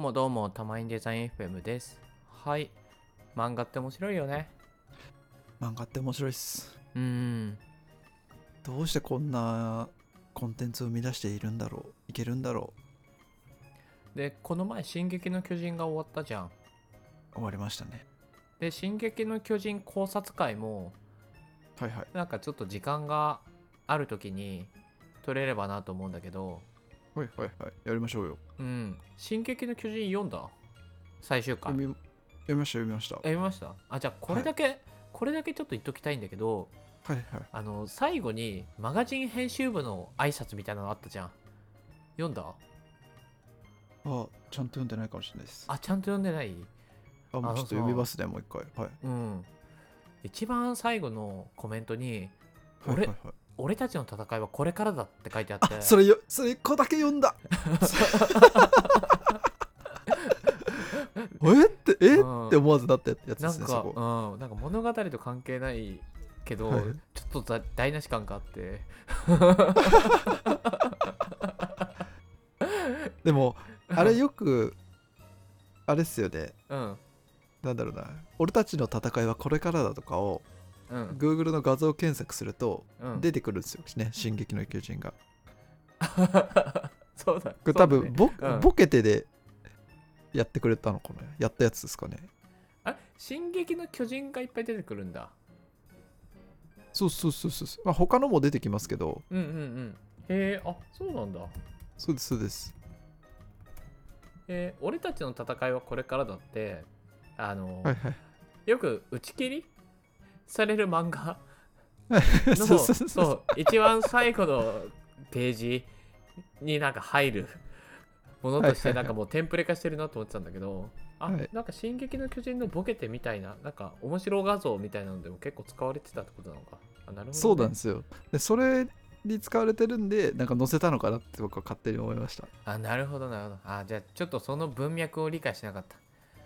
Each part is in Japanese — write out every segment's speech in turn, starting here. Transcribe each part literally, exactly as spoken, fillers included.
もどうも、たまにデザイン エフエム です。はい。漫画って面白いよね。 漫画って面白いっす。 うーん。 どうしてこんなコンテンツを生み出しているんだろう、いけるんだろで、この前、進撃の巨人が終わったじゃん。 う。終わりましたね。 で、進撃の巨人考察会も、 はいはい。 なんかちょっと時間がある時に撮れればなと思うんだけど、 はいはいはい。やりましょうよ。 うん。進撃の巨人読んだ最終回。 読み、読みました読みました。 読みました。あ、じゃあこれだけ、はい、これだけちょっと言っときたいんだけど、 はいはい。 あの、最後にマガジン編集部の挨拶みたいなのあったじゃん。読んだ？ あ、ちゃんと読んでないかもしれないです。 あ、ちゃんと読んでない？ あ、もうちょっと読みますね、もう一回。はい。 うん。一番最後のコメントに、 はいはいはい。 俺、俺たちの戦いはこれからだって書いてあって。 あ、それよ、それ一個だけ読んだ。えってえ、うん、って思わずなったやつですね。 なんか、そこ、うん、なんか物語と関係ないけど、はい、ちょっと台無し感があってでもあれよくあれっすよね、 うん、 なんだろうな、俺たちの戦いはこれからだとかを、うん、Google の画像検索すると出てくるんですよね、進撃の巨人がそうだ、これ多分、ね、ボ, うん、 ボケてでやってくれたのかな、やったやつですかね。 あ、進撃の巨人がいっぱい出てくるんだ。 そうそうそうそう、まあ、他のも出てきますけど。 うんうんうん。へえ、あ、そうなんだ。 そうですそうです。 えー、俺たちの戦いはこれからだって、あのーはいはい、 よく打ち切りされる漫画のそうそうそうそう一番最後のページになんか入るものとしてなんかもうテンプレ化してるなと思ってたんだけど、あ、はい、なんか進撃の巨人のボケてみたいな、なんか面白画像みたいなのでも結構使われてたってことなのか。あ、なるほどね、 そうなんですよ。でそれに使われてるんで、なんか載せたのかなって僕は勝手に思いました。 あ、なるほどなるほど。あ、じゃあちょっとその文脈を理解しなかった。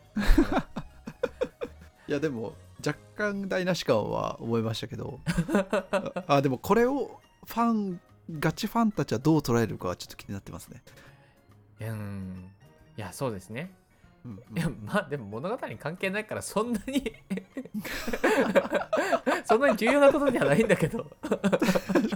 いやでも若干台無し感は思いましたけどあ, あでもこれをファンガチファンたちはどう捉えるかはちょっと気になってますね。 うんいやそうですね、 うんうん、 いやまあでも物語に関係ないからそんなにそんなに重要なことじゃないんだけど確かに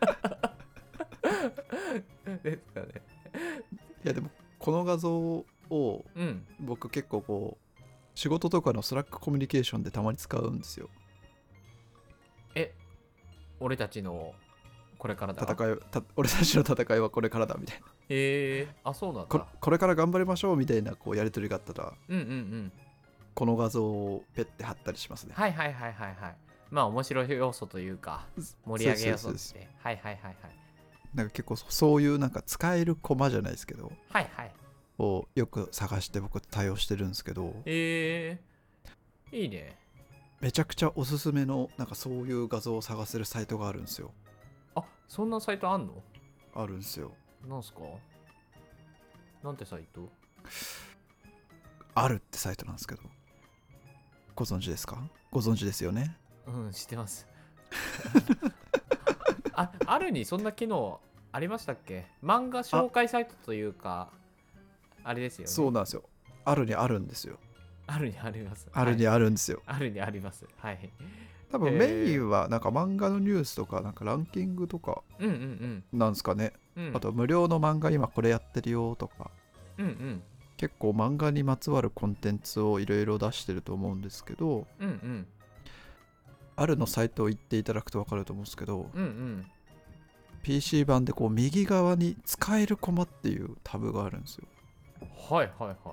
ですかね。 いやでもこの画像を僕結構こう仕事とかのスラックコミュニケーションでたまに使うんですよ。 え、俺たちのこれからだ、 戦いた俺たちの戦いはこれからだみたいな。 へえ、あ、そうなんだ。 こ れ, これから頑張りましょうみたいなこうやり取りがあったら、 うんうんうん、 この画像をペッて貼ったりしますね。 はいはいはいはいはい。まあ面白い要素というか盛り上げ要素ですね。はいはいはいはい。 なんか結構そういうなんか使えるコマじゃないですけど、 はいはい、 をよく探して僕対応してるんですけど、 へえ、いいね。 めちゃくちゃおすすめのなんかそういう画像を探せるサイトがあるんですよ。 あ、そんなサイトあんの？ あるんですよ。 なんすか？なんてサイト？ あるってサイトなんですけど、ご存知ですか？ご存知ですよね。 うん、知ってますあ、あるにそんな機能ありましたっけ？漫画紹介サイトというか あ, あれですよね。 そうなんですよ。あるにあるんですよ。 あるにあります。 あるにあるんですよ。 はい、あるにあります。はい。 多分メインはなんか漫画のニュースとかなんかランキングとかなんですかね。 うんうんうん、 あと無料の漫画今これやってるよとか、 うんうん、 結構漫画にまつわるコンテンツをいろいろ出してると思うんですけど、 うんうん、 あるのサイトを行っていただくと分かると思うんですけど、 うんうん、 ピーシー 版でこう右側に使えるコマっていうタブがあるんですよ。 はいはいはい。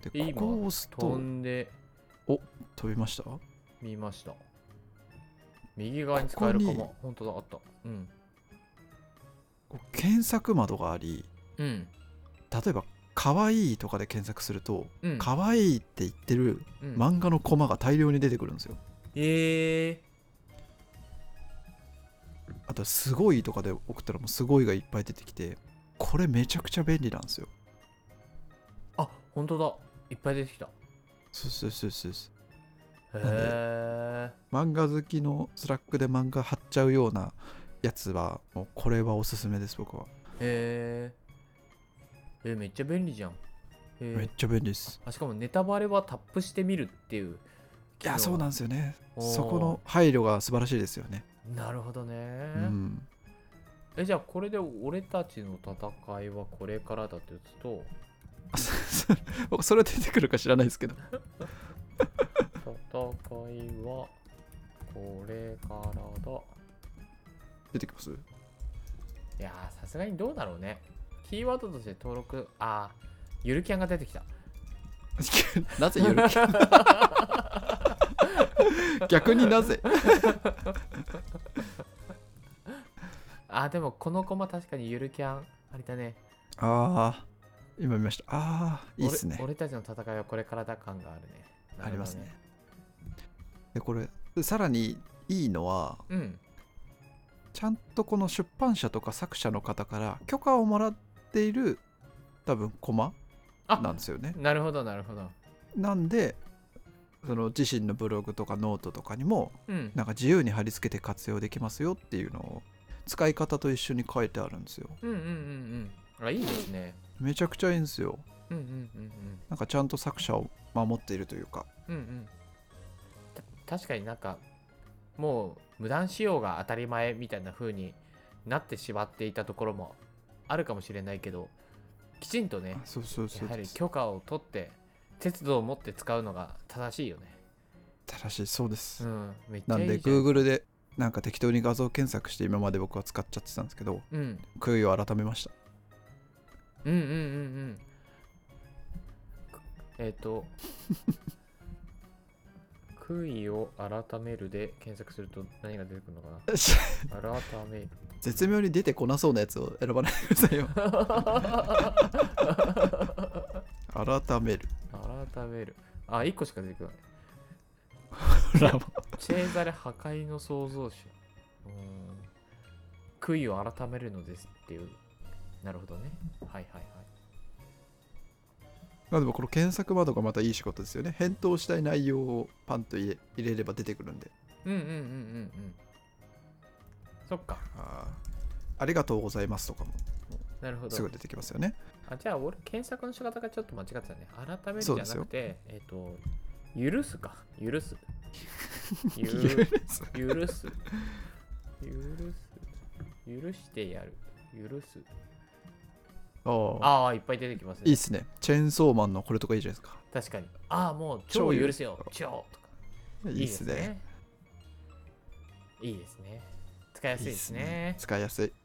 でここを押すと飛んで、 お、飛びました？ 見ました。右側に使えるコマ、本当だ、あった。うん。 検索窓があり、 うん、 例えばかわいいとかで検索すると、 うん、 かわいいって言ってる漫画のコマが大量に出てくるんですよ。 へ、うん、えー、あとすごいとかで送ったらもうすごいがいっぱい出てきて、これめちゃくちゃ便利なんですよ。 あ、本当だ、いっぱい出てきた。 そうそうそうそう。 へえ。 漫画好きのスラックで漫画貼っちゃうようなやつはもうこれはおすすめです僕は。 へえ。 えーめっちゃ便利じゃん。えーめっちゃ便利です。 あしかもネタバレはタップしてみるっていうい機能が。 やそうなんですよね。 おーそこの配慮が素晴らしいですよね。 なるほどね。 うんえじゃあこれで俺たちの戦いはこれからだというと、 あそそ僕それ出てくるか知らないですけど戦いはこれからだ。 出てきます。 いやーさすがにどうだろうね。キーワードとして登録、あーゆるキャンが出てきた。 なぜゆるキャン逆になぜあでもこのコマ確かにゆるキャンあれだね。 ああ今見ました。ああいいっすね。 俺俺たちの戦いはこれからだ感があるね。 ありますね。でこれさらにいいのは、 うん、 ちゃんとこの出版社とか作者の方から許可をもらっている多分コマなんですよね。 なるほどなるほど。 なんでその自身のブログとかノートとかにもうんなんか自由に貼り付けて活用できますよっていうのを使い方と一緒に書いてあるんですよ。 うんうんうんうんあいいですね。 めちゃくちゃいいんですよ。 うんうんうんなんかちゃんと作者を守っているというか。 うんうんうんた確かになんかもう無断使用が当たり前みたいな風になってしまっていたところもあるかもしれないけど、きちんとねあそうそうそうやはりです。 許可を取って節度を持って使うのが正しいよね。 正しいそうです。 うんめっちなんでゃいいじゃん。 Google でなんか適当に画像検索して今まで僕は使っちゃってたんですけど、 うん悔いを改めました。 うんうんうんうんえっ、と悔いを改めるで検索すると何が出てくるのかな。改める絶妙に出てこなそうなやつを選ばないでくださいよ。改める。 改めるあいっこしか出てこない。チェーザレ破壊の創造主。うーん悔いを改めるのですっていう。なるほどね。はいはいはい。 まあでもこの検索窓がまたいい仕事ですよね。返答したい内容をパンと入れ入れれば出てくるんで。 うんうんうんうんうんそっか。 あありがとうございますとかもなるほど。 すぐ出てきますよね。 あじゃあ俺検索の仕方がちょっと間違ってたね。改めるじゃなそうですよくてえっ、と許すか許すゆ許す許す許す許してやる許す。 ああああいっぱい出てきますね。 いいっすね。チェーンソーマンのこれとかいいじゃないですか。 確かに。ああもう超許すよ超とか。 いいっすね。 いいですね。使いやすいですね。 いいっすね使いやすい。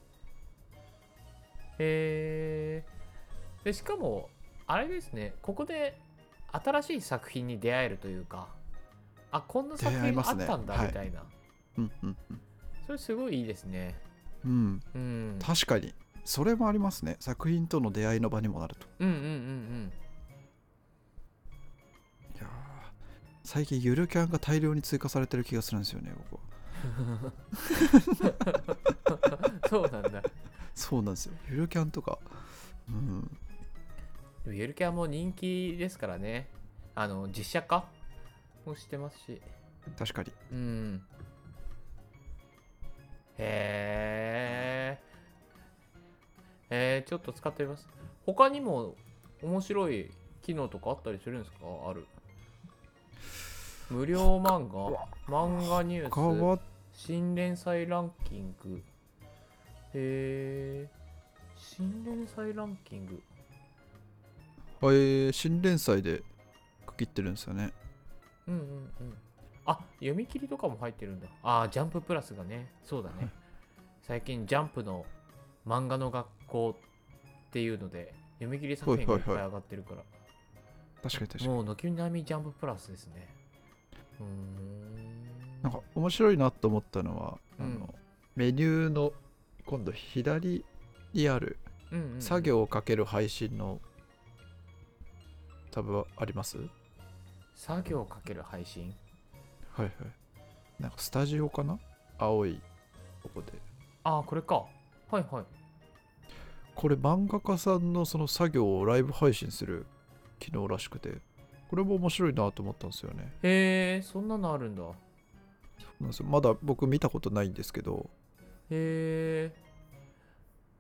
へーでしかもあれですね、ここで新しい作品に出会えるというか、あこんな作品あったんだみたいな、 うんうんうんそれすごいいいですね。 うんうん確かにそれもありますね。作品との出会いの場にもなると。 うんうんうんうんいやー最近ゆるキャンが大量に追加されてる気がするんですよね僕は。 そうなんだ。 そうなんですよ。ゆるキャンとかうんでもゆるキャンも人気ですからね。あの実写化もしてますし。 確かに。 うんへーえー、ちょっと使ってみます。他にも面白い機能とかあったりするんですか？ある。無料漫画、漫画ニュ他はース、新連載ランキング。へー新連載ランキング。 えー、新連載で区切ってるんですよね。 うんうんうん。あ、読み切りとかも入ってるんだ。あー、ジャンププラスがね。そうだね。最近ジャンプの漫画の学校っていうので読み切り作品がいっぱい上がってるから。 確かに確かに。 もう軒並みジャンププラスですね。うーん。 なんか面白いなと思ったのは、 うんあのメニューの今度左にあるうんうんうん作業をかける配信のタブはあります？ 作業をかける配信。 はいはい。なんかスタジオかな？青いここで。 ああ、これか。はいはい。 これ漫画家さんのその作業をライブ配信する機能らしくて、これも面白いなと思ったんですよね。 へえ、そんなのあるんだ。 なんですよまだ僕見たことないんですけど、 へえ。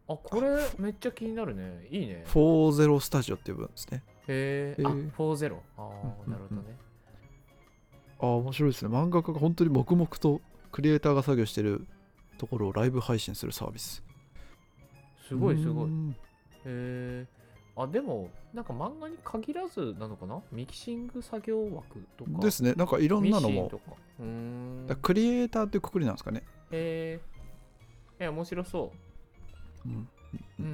あ、これめっちゃ気になるね。いいね。 フォーゼロスタジオって呼ぶんですね。 へえ、あ、 へーフォーゼロ。ああ、 うんうんうんなるほどね。 ああ、面白いですね。漫画家が本当に黙々とクリエイターが作業してるところをライブ配信するサービス。 すごいすごい。へうーんえ。あ、でも、なんか漫画に限らずなのかな、ミキシング作業枠とか。 ですね。なんかいろんミなのも。 シンとか。うーん。 だからクリエイターっていうくくりなんですかね。 へえ。え、面白そうん、 う。うんうんうん。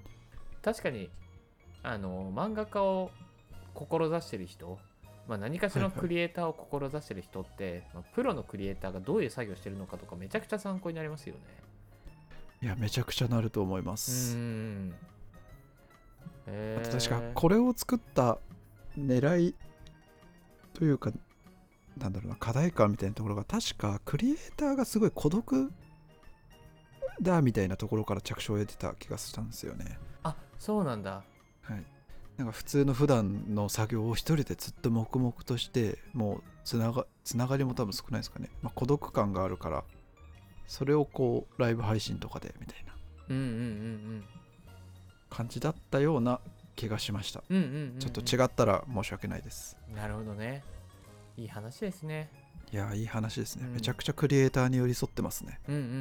確かに、あの、漫画家を志してる人、まあ、何かしらのクリエイターを志してる人って、まあ、プロのクリエイターがどういう作業してるのかとかめちゃくちゃ参考になりますよね。 いや、めちゃくちゃなると思いまうーす。 ん。へあと確かえ。 これを作った狙いというか、なんだろうな、課題感みたいなところが、確かクリエイターがすごい孤独だみたいなところから着想を得てた気がしたんですよね。 あ、そうなんだ。 はい。なんか普通の普段の作業を一人でずっと黙々として、もうつながつながりも多分少ないですかね。まあ、孤独感があるから、それをこうライブ配信とかでみたいなうんうんうん感じだったような気がしました。 うん。うんうんうんうん。 ちょっと違ったら申し訳ないです。 なるほどね。いい話ですね。 いやー、いい話ですね、 うんめちゃくちゃクリエイターに寄り添ってますね。 うんうんうんうん。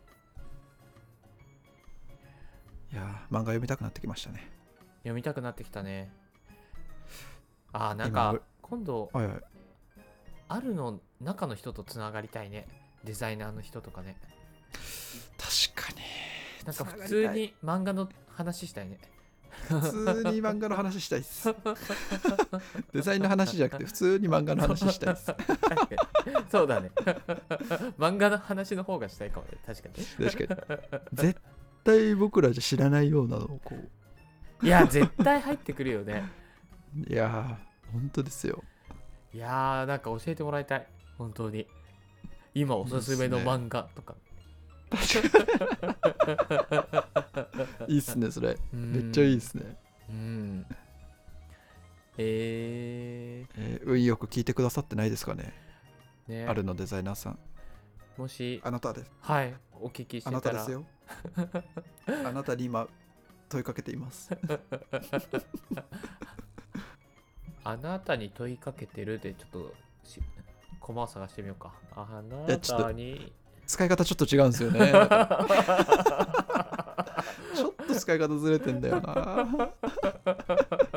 いやー、漫画読みたくなってきましたね。 読みたくなってきたね。あー、なん今か今度はいはい。 あるの中の人とつながりたいね。デザイナーの人とかね。 確かに。 なんか普通に漫画の話したいね。 普通に漫画の話したいっす。デザインの話じゃなくて普通に漫画の話したいっす。 そうだね。漫画の話の方がしたいかもね。確かに。 確かに。絶対僕らじゃ知らないようなのをこいや、絶対入ってくるよね。 う。いやー、本当ですよ。 いやー、なんか教えてもらいたい。本当に。今おすすめの漫画とか。 いいっすね、それ。 うんめっちゃいいっすね。 うん。ええー運よく聞いてくださってないですかね。 ー、ね、 あるのデザイナーさん。 もし、 あなたです。 はい、お聞きしてあたら。 なたですよ。あなたに今問いかけています。 あなたに問いかけてるで、ちょっとし、コマを探してみようか。あいなやちょっとたに。 使い方ちょっと違うんですよね。だからちょっと使い方ずれてんだよな。